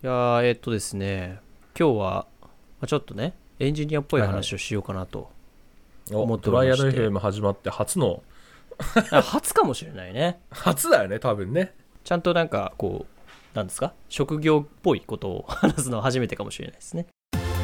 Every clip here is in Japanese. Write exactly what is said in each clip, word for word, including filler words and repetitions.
いやーえーっとですね今日は、まあ、ちょっとねエンジニアっぽい話をしようかなと思っておりまして、 トライアド エフエム 始まって初のあ初かもしれないね。 初だよね多分ね。 ちゃんとなんかこうなんですか職業っぽいことを話すのは初めてかもしれないですね。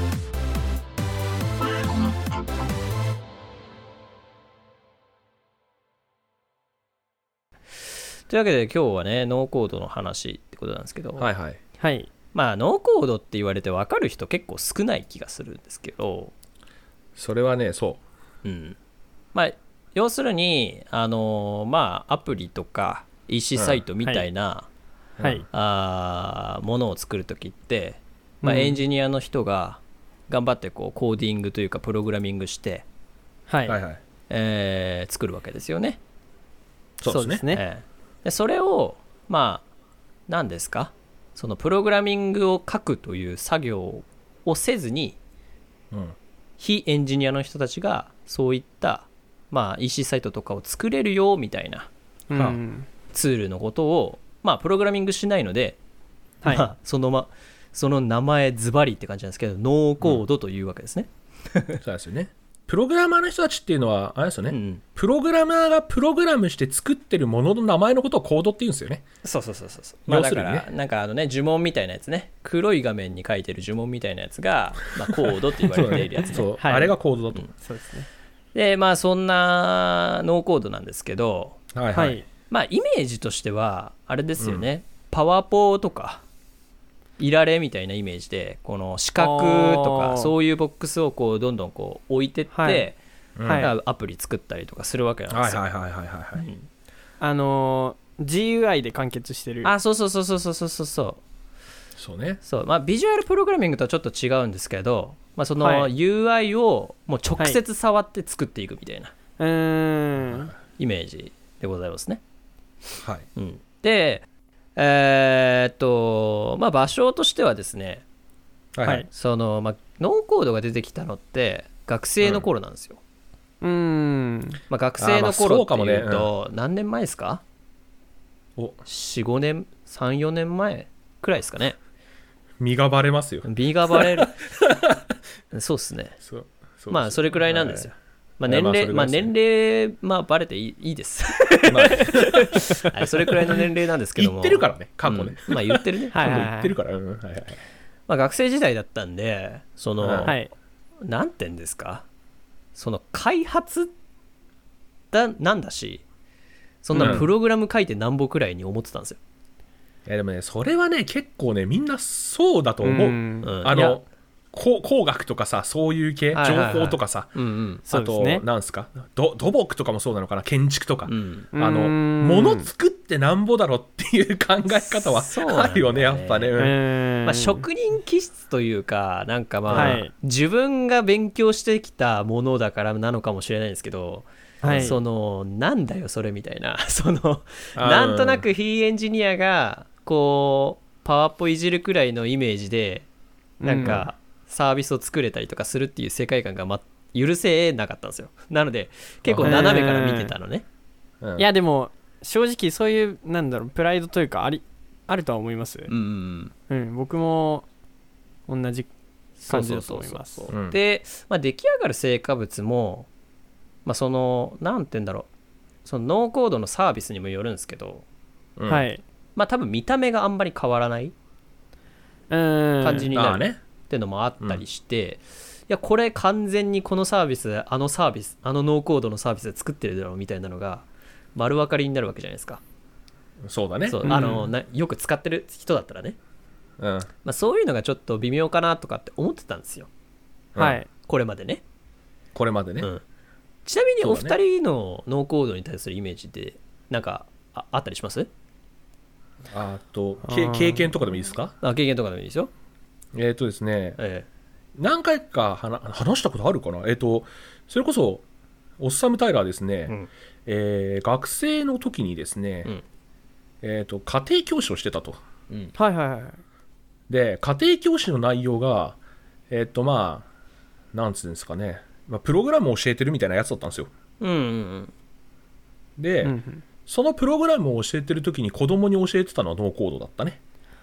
というわけで今日はねノーコードの話ってことなんですけど、 はいはいはいまあノーコードって言われて分かる人結構少ない気がするんですけど、 それはねそうんまあ要するにあのーまあアプリとか イーシー サイトみたいな、 う、 はい、 あものを作るときって、まあ、 うんエンジニアの人が頑張ってこうコーディングというかプログラミングして、 はいはいはいえー作るわけですよね。 そうですね。 ねえーでそれをまあ何ですかそのプログラミングを書くという作業をせずにうん非エンジニアの人たちがそういったまあ イーシー サイトとかを作れるよみたいなうんツールのことをまあプログラミングしないので、 はいまあ、そのまその名前ズバリって感じなんですけどノーコードというわけですね。 そうですよね。プログラマーの人たちっていうのはあれですよね、 うん、 プログラマーがプログラムして作ってるものの名前のことをコードって言うんですよね。 そうそうそうそうそう、まあ、だか要するにねらなんかあのね呪文みたいなやつね黒い画面に書いてる呪文みたいなやつが、まあ、コードって言われているやつねそう、 はいあれがコードだと、 うんそうですねでまあそんなノーコードなんですけど、 はいはい、 はいまあイメージとしてはあれですよね、うん、パワポとかいられみたいなイメージでこの四角とかそういうボックスをこうどんどんこう置いてって、はいはい、 アプリ作ったりとかするわけなんですよ。 はいはいはいはいはい、 うん、 あのー、ジーユーアイ で完結してる。 あそうそうそうそうそうそうそうそうね。 そうまあビジュアルプログラミングとはちょっと違うんですけど、まあ、その ユーアイ をもう直接触って作っていくみたいな、 はい、うーんイメージでございますね。 はい、 うん、でえー、っとまあ場所としてはですね、 はいはい、 そのまあノーコードが出てきたのって学生の頃なんですよ。 うーん、 まあ、学生の頃っていうと、 あまあそうかもね、 うん、何年前ですか？ およん、ごねん、さん、よねんまえくらいですかね。 身がバレますよ。 身がバレるそうですね。 そうそうまあそれくらいなんですよ。まあ、年齢、まあ、年齢、まあ、バレていい、いいです。まあはい、それくらいの年齢なんですけども。 言ってるからね、過去ね。 うん、まあ言ってるね。 はいはいはい、 言ってるから、うん、はいはい。 まあ学生時代だったんで、その、 はい、 なんて言うんですか、その開発だ、なんだし、そんなプログラム書いてなんぼくらいに思ってたんですよ。 いやでもね、それはね、結構ね、みんなそうだと思う。うん、あの、工学とかさ、そういう系、 はいはいはい、 情報とかさ、 うんうん、 あと、ね、なんすか土木とかもそうなのかな、建築とか、 うん、 あの物作ってなんぼだろっていう考え方はあるよね、やっぱね、うん、 まあ、職人気質というかなんかまあ、 はい、 自分が勉強してきたものだからなのかもしれないんですけど、はい、そのなんだよそれみたいなそのなんとなく非エンジニアがこうパワポいじるくらいのイメージでなんか、うんサービスを作れたりとかするっていう世界観が、ま、許せなかったんですよ。なので結構斜めから見てたのね、 うん、いやでも正直そういうなんだろうプライドというかありあるとは思います。うん、うん、僕も同じ感じだと思います。 で、まあ、出来上がる成果物も、まあ、そのなんて言うんだろうそのノーコードのサービスにもよるんですけど、 うん、はいまあ多分見た目があんまり変わらない感じになる、ねってのもあったりして、うん、いやこれ完全にこのサービスあのサービスあのノーコードのサービスで作ってるだろうみたいなのが丸分かりになるわけじゃないですか。 そうだねそう、うん、あのなよく使ってる人だったらね、 うんまあ、そういうのがちょっと微妙かなとかって思ってたんですよ、 はい、うん、 これまでねこれまでね、うん、 ちなみにお二人のノーコードに対するイメージってなんか あ, あったりします？ あと経験とかでもいいですか？ あ経験とかでもいいですよ。 えーとですね、 ええ、 何回か話したことあるかな。えーとそれこそオッサム・タイラーですね、うんえー、学生の時にですね、うんえーと家庭教師をしてたと、 うん、はいはいはいで家庭教師の内容がえっ、ー、とまあなんつうんですかね、まあ、プログラムを教えてるみたいなやつだったんですよ、 うんうんうん、 で、うん、そのプログラムを教えてる時に子供に教えてたのはノーコードだったね。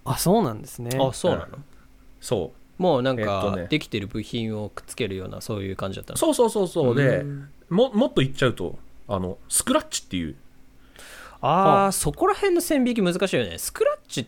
あ、そうなんですね。 あ、そうなの、うん、 そうもうなんか、えっとね、できてる部品をくっつけるようなそういう感じだったの。 そうそうそうそうでももっと言っちゃうとあのスクラッチっていう、 ああ、そこら辺の線引き難しいよね。スクラッチって、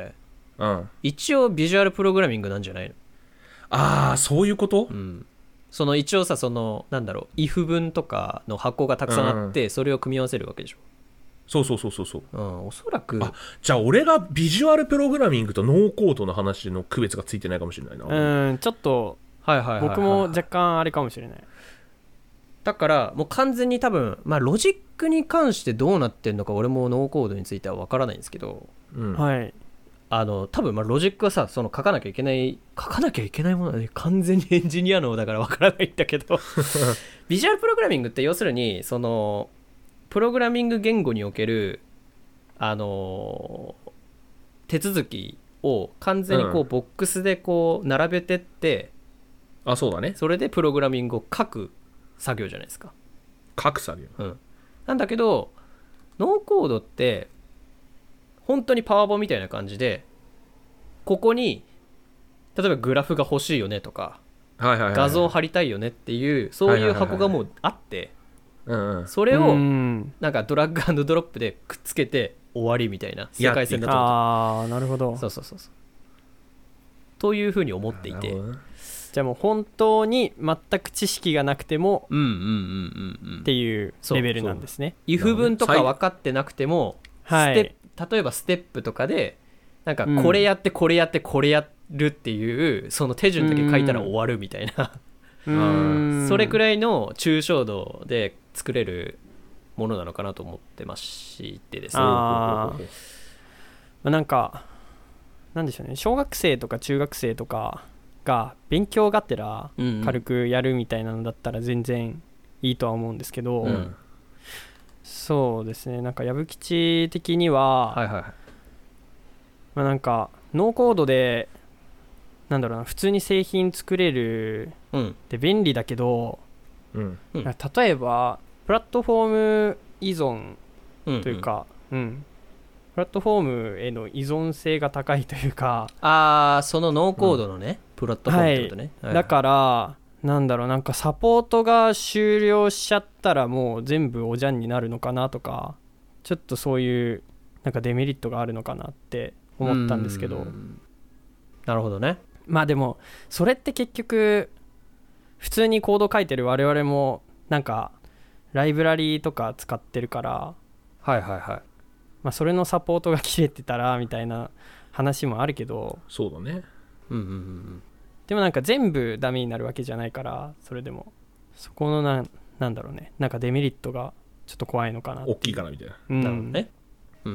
うん、一応ビジュアルプログラミングなんじゃないの？ ああ、そういうこと？ うん、その一応さ、そのなんだろう if 文とかの箱がたくさんあって、うん、それを組み合わせるわけでしょ。 そうそうそうそうそう、 うん、おそらく。 あ、じゃあ俺がビジュアルプログラミングとノーコードの話の区別がついてないかもしれないな。 うん、ちょっと、はいはいはいはい、僕も若干あれかもしれない。 だからもう完全に多分、まあ、ロジックに関してどうなってんのか俺もノーコードについては分からないんですけど、 うん、はい、 あの多分まあロジックはさ、その書かなきゃいけない書かなきゃいけないものはね、完全にエンジニアのだから分からないんだけどビジュアルプログラミングって要するにそのプログラミング言語におけるあの手続きを完全にこうボックスでこう並べてって、 うん、あ、そうだね。 それでプログラミングを書く作業じゃないですか。 書く作業、 うん、なんだけどノーコードって本当にパワボみたいな感じで、ここに例えばグラフが欲しいよねとか、 はいはいはいはい、 画像貼りたいよねっていうそういう箱がもうあって、それをなんかドラッグアンドドロップでくっつけて終わりみたいな世界線だと思って。 ああ、なるほど。 そうそうそうそうというふうに思っていて、 じゃあもう本当に全く知識がなくてもっていうレベルなんですね。 if 文とか分かってなくても、はい、ステ例えばステップとかでなんかこれやってこれやってこれやるっていう、うん、その手順だけ書いたら終わるみたいな、うん、それくらいの抽象度で作れるものなのかなと思ってましてですね。 ああ、なんかなんでしょうね、小学生とか中学生とかが勉強がてら軽くやるみたいなのだったら全然いいとは思うんですけど、うん、そうですね、なんか矢吹吉的には、はいはいはい、まあ、なんかノーコードでなんだろうな、普通に製品作れるって便利だけど、うんうん、例えばプラットフォーム依存というか、うんうん、プラットフォームへの依存性が高いというか、 ああ、そのノーコードのね、うん、プラットフォームってことね、 はいはい、だからなんだろう、なんかサポートが終了しちゃったらもう全部おじゃんになるのかなとか、ちょっとそういうなんかデメリットがあるのかなって思ったんですけど。 なるほどね。 まあでもそれって結局普通にコード書いてる我々もなんかライブラリーとか使ってるから、 はいはいはい、 まあ、それのサポートが切れてたらみたいな話もあるけど、 そうだね、 うんうんうん、 でもなんか全部ダメになるわけじゃないから、それでもそこのな、なんだろうね、なんかデメリットがちょっと怖いのかなっていう、 大きいかなみたいな、 うん、 なるほどね、うん、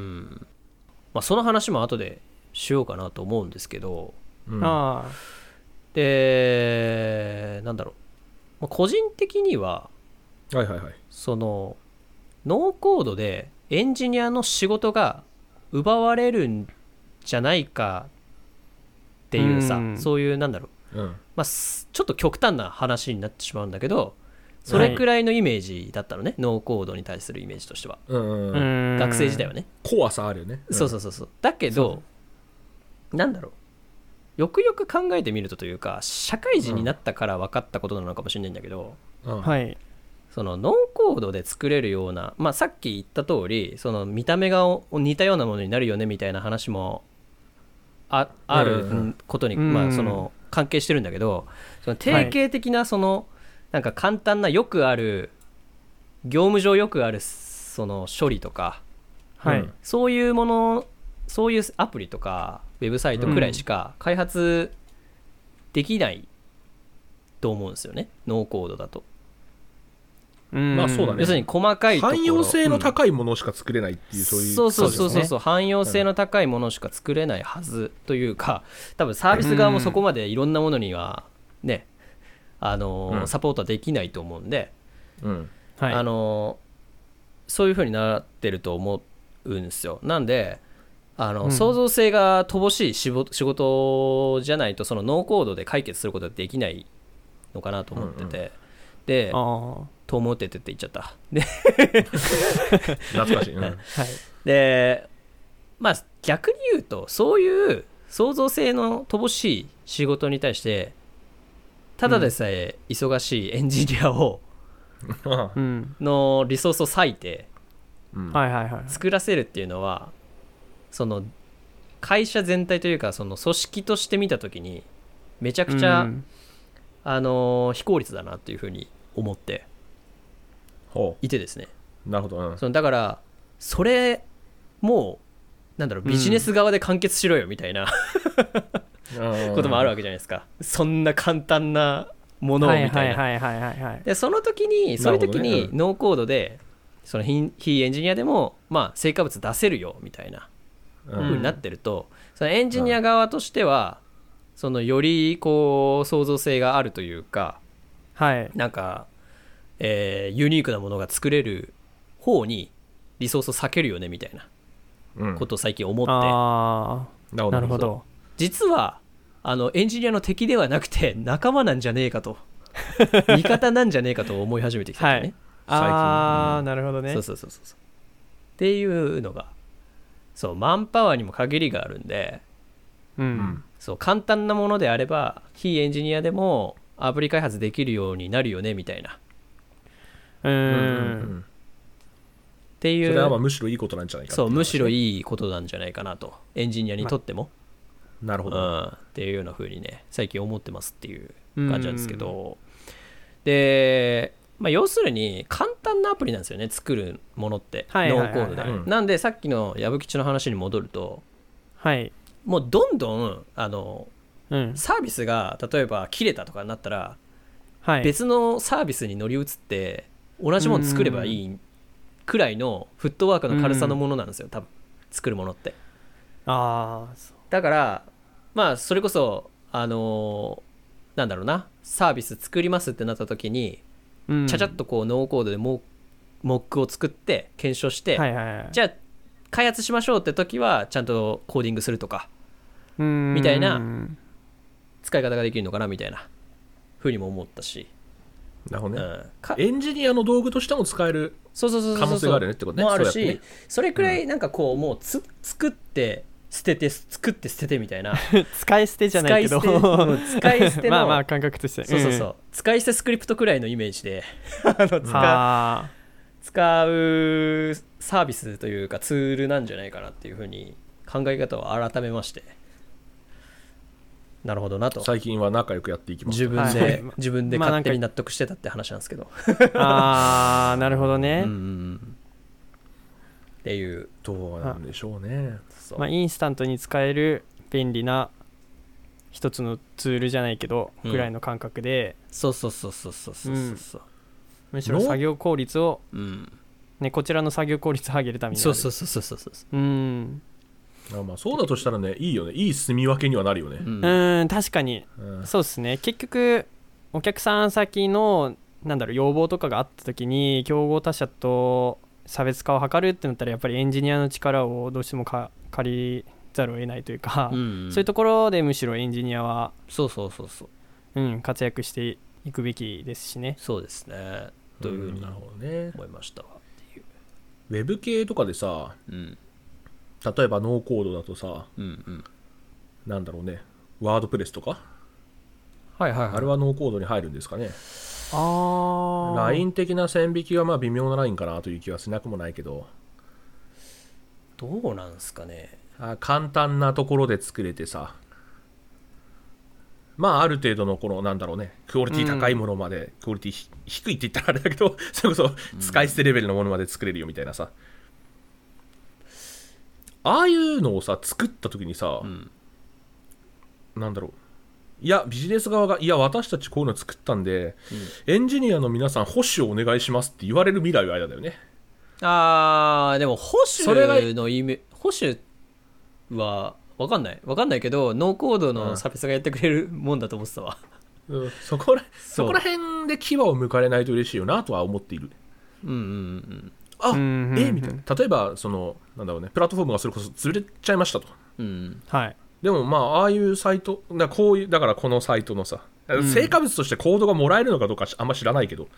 まあ、その話も後でしようかなと思うんですけど、うん、あでなんだろう、個人的には、 はいはいはい、 そのノーコードでエンジニアの仕事が奪われるんじゃないかっていうさ、うん、そういうなんだろう、うん、まあ、ちょっと極端な話になってしまうんだけど、それくらいのイメージだったのね、はい、ノーコードに対するイメージとしては、うん、学生時代はね、 怖さあるよね、 うん、そうそうそうそう、だけどなんだろう、よくよく考えてみるとというか、社会人になったから分かったことなのかもしれないんだけど、 うん、はい、 そのノーコードで作れるような、まあ、さっき言った通りその見た目が似たようなものになるよねみたいな話も あ, あることに、うん、まあ、その関係してるんだけど、その定型的なその、はい、なんか簡単なよくある業務上よくあるその処理とか、 はい、 そういうもの、そういうアプリとかウェブサイトくらいしか開発できないと思うんですよね、ノーコードだと。 うん、まあそうだね、 要するに細かいところ、 汎用性の高いものしか作れないっていう、うん、そういう、 そうそうそうそうそう、汎用性の高いものしか作れないはずというか、多分サービス側もそこまでいろんなものにはね、あのーうん、サポートはできないと思うんで、 うんはい、あのー、そういう風になってると思うんですよ。なんであの、うん、創造性が乏しい仕事じゃないとそのノーコードで解決することはできないのかなと思ってて、うんうん、であと思っててって言っちゃったで懐かしい、うん、はい、 でまあ逆に言うとそういう創造性の乏しい仕事に対してただでさえ忙しいエンジニアを、うん、のリソースを割いて作らせるっていうのはその会社全体というかその組織として見たときにめちゃくちゃ、うん、あの非効率だなっていうふうに思っていてですね。 なるほど、うん、 そのだからそれもうなんだろうビジネス側で完結しろよみたいな、うん、こともあるわけじゃないですか。そんな簡単なものをみたいな。でその時にそういう時にノーコードでその非, 非エンジニアでもまあ成果物出せるよみたいな風になってると、うん、そのエンジニア側としてはそのよりこう創造性があるというか、はい、なんか、えー、ユニークなものが作れる方にリソースを避けるよねみたいなことを最近思って、うん、 あなるほど。 実はあのエンジニアの敵ではなくて仲間なんじゃねえかと味方なんじゃねえかと思い始めてきたんだね、 はい、最近。ああ、うん、なるほどね。 そうそうそうそうっていうのがそうマンパワーにも限りがあるんで、うん、そう簡単なものであれば非エンジニアでもアプリ開発できるようになるよねみたいな。 うーん、うん、 っていう。 それはまあむしろいいことなんじゃないか。 そうむしろいいことなんじゃないかなとエンジニアにとっても、 ま、なるほど、 うん、っていうような風にね最近思ってますっていう感じなんですけど、で、まあ、要するに簡単なアプリなんですよね作るものって、はいはいはいはい、ノーコードで、うん、なんでさっきの矢吹の話に戻ると、はい、もうどんどんあの、うん、サービスが例えば切れたとかになったら、はい、別のサービスに乗り移って同じもの作ればいいくらいのフットワークの軽さのものなんですよ、多分作るものって。あだからまあそれこそあのー、なんだろうなサービス作りますってなった時に、うん、ちゃちゃっとこうノーコードでモックを作って検証して、はいはいはい、じゃあ開発しましょうって時はちゃんとコーディングするとかみたいな使い方ができるのかなみたいなふうにも思ったし。 なるほどね、うん、エンジニアの道具としても使える可能性があるねってことね。 もあるし、それくらいなんかこうもうつ作って捨てて作って捨ててみたいな使い捨てじゃないけど使い捨てのまあまあ感覚としてそうそうそう、うん、使い捨てスクリプトくらいのイメージであの使う使うサービスというかツールなんじゃないかなっていうふうに考え方を改めまして、なるほどなと。 最近は仲良くやっていきます。 自分で、はい、自分で勝手に納得してたって話なんですけど、 まあ、あーなるほどね、うん、 っていうどうなんでしょうね。 そう、まあ、インスタントに使える便利な一つのツールじゃないけど、うん、ぐらいの感覚で、 そうそうそうそうそうそうそう、うん、 むしろ作業効率を、うんね、こちらの作業効率を上げるためになる。 そうそうそうそうそう、 うん、 あまあそうだとしたらねいいよね、いい住み分けにはなるよね。 うん、うん確かに、うん、そうですね。結局お客さん先のなんだろう要望とかがあった時に競合他社と差別化を図るってなったらやっぱりエンジニアの力をどうしてもか借りざるを得ないというか、うんうん、そういうところでむしろエンジニアはそうそうそうそう、 うん、活躍していくべきですしね。 そうですねというふうに思いましたわっていう。 ウェブ系とかでさ、うん、例えばノーコードだとさ、うんうん、なんだろうねワードプレスとか、はいはいはい、あれはノーコードに入るんですかね。あライン的な線引きがまあ微妙なラインかなという気はしなくもないけど、 どうなんすかね。 あ簡単なところで作れてさ、まあある程度のこのなんだろうねクオリティ高いものまで、うん、クオリティ低いって言ったらあれだけどそれこそ使い捨てレベルのものまで作れるよみたいなさ、うん、ああいうのをさ作った時にさ、うん、なんだろういやビジネス側がいや私たちこういうの作ったんで、うん、エンジニアの皆さん保守をお願いしますって言われる未来はあれだよね。 あーでも保守の意味保守は分かんない分かんないけどノーコードのサービスがやってくれるもんだと思ってたわ、 うん、そこらそこら辺で牙を向かれないと嬉しいよなとは思っている。うんうんうんあ、うんうんうん、えみたいな。例えばそのなんだろうねプラットフォームがそれこそ潰れちゃいましたと、うん、はいでもまあああいうサイトだこういうだからこのサイトのさ、うん、成果物としてコードがもらえるのかどうかあんま知らないけど、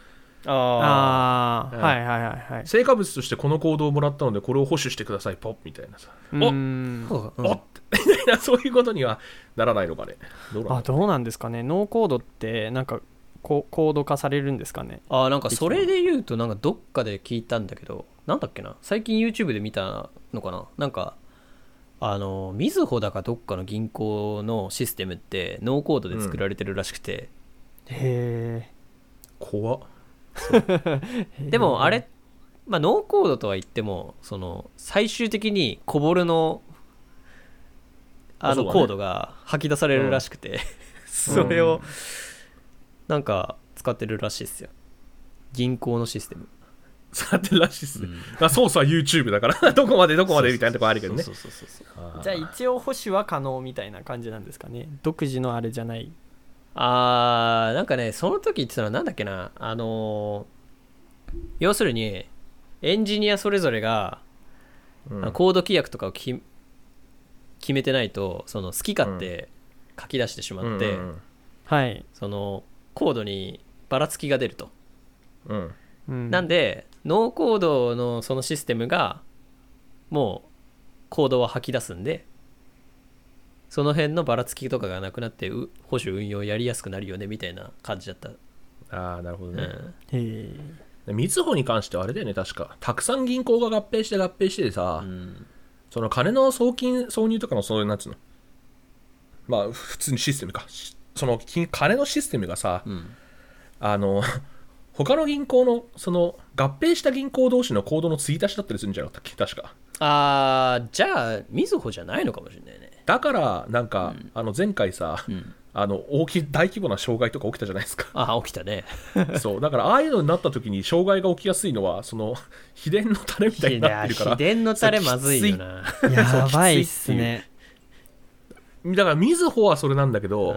ああ、はいはいはいはい。 成果物としてこのコードをもらったのでこれを保守してくださいポッみたいなさ、おっおっみたいな、そういうことにはならないのかね。 どうなんあどうなんですかね。ノーコードってなんかコード化されるんですかね。 あなんかそれで言うとなんかどっかで聞いたんだけど、なんだっけな、最近 YouTube で見たのかな、なんかあのみずほだかどっかの銀行のシステムってノーコードで作られてるらしくて、 うん、へえ怖っでもあれ、まあ、ノーコードとは言ってもその最終的にコボルのあのコードが吐き出されるらしくて、そ, ね、それをなんか使ってるらしいですよ、銀行のシステム使ってるらしいですね、うん、まあ、ソースは YouTube だからどこまでどこまでみたいなとこあるけどね。 じゃあ一応保守は可能みたいな感じなんですかね、独自のあれじゃない。 あーなんかね、その時言ってたのはなんだっけな、あのー、要するにエンジニアそれぞれが、うん、コード規約とかをき決めてないとその好き勝手書き出してしまって、うんうんうん、 はいそのコードにばらつきが出ると、 うん、 なんでノーコードのそのシステムがもうコードを吐き出すんで、その辺のばらつきとかがなくなって保守運用やりやすくなるよねみたいな感じだった。 ああなるほどね、 うん、 へえ。みずほに関してはあれだよね、確かたくさん銀行が合併して合併してさ、うん、その金の送金挿入とかのそういうなんつうの、まあ普通にシステムか、その金のシステムがさ、うん、あの他の銀行のその合併した銀行同士のコードの継ぎ足しだったりするんじゃなかったっけ確か。 あーじゃあみずほじゃないのかもしれないね。 だからなんか、うん、あの前回さ、うん、あの大きい大規模な障害とか起きたじゃないですか。 あ起きたねそうだからああいうのになった時に障害が起きやすいのはその秘伝のタレみたいになってるから、 秘伝のタレまずいよなやばいっすね。 だからみずほはそれなんだけど、 うん、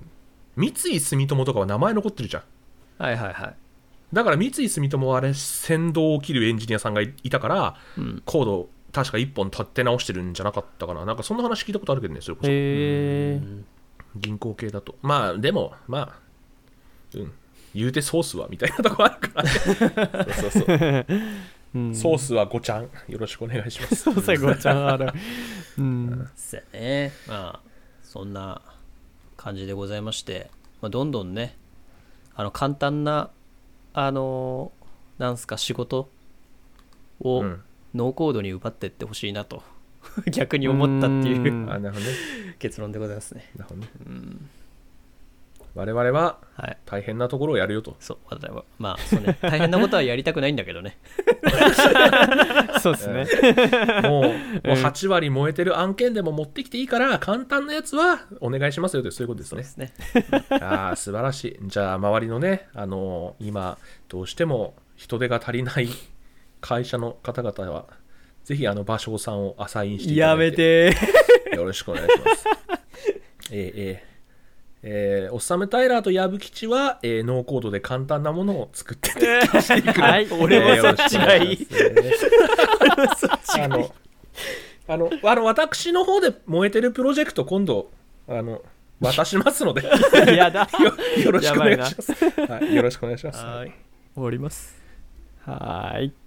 三井住友とかは名前残ってるじゃん。 はいはいはい。 だから三井住友はあれ先導を切るエンジニアさんがいたから、うん、コード確かいっぽん立て直してるんじゃなかったかな。なんかそんな話聞いたことあるけどね、それこそ。 へー。 銀行系だと。まあでもまあうん言うてソースはみたいなとこあるからね。そうそうそう。うん、ソースはごちゃんよろしくお願いします。 ソースはごちゃんある。 うん。そうやね。まあそんな感じでございまして、まあ、どんどんねあの簡単なあのなんすか仕事を、うん、ノーコードに奪っていってほしいなと逆に思ったっていうあなるほど、ね、 結論でございますね。 なるほどね、うん、我々は大変なところをやるよと、はい、 そう我々はまあそうね大変なことはやりたくないんだけどねそうですね、 もう、もうはち割燃えてる案件でも持ってきていいから簡単なやつはお願いしますよというそういうことですね。 そうですねああ素晴らしい。じゃあ周りのねあのー、今どうしても人手が足りない会社の方々はぜひあの芭蕉さんをアサインしていただいてやめてよろしくお願いしますえー、えーえー、オッサム・タイラーとヤブ吉は、えー、ノーコードで簡単なものを作って提供していく、 はい、俺もそっちがいいあのあのあの私の方で燃えてるプロジェクト今度あの渡しますのでやだよ, よろしくお願いします、はい、よろしくお願いします。 はい終わります。はい。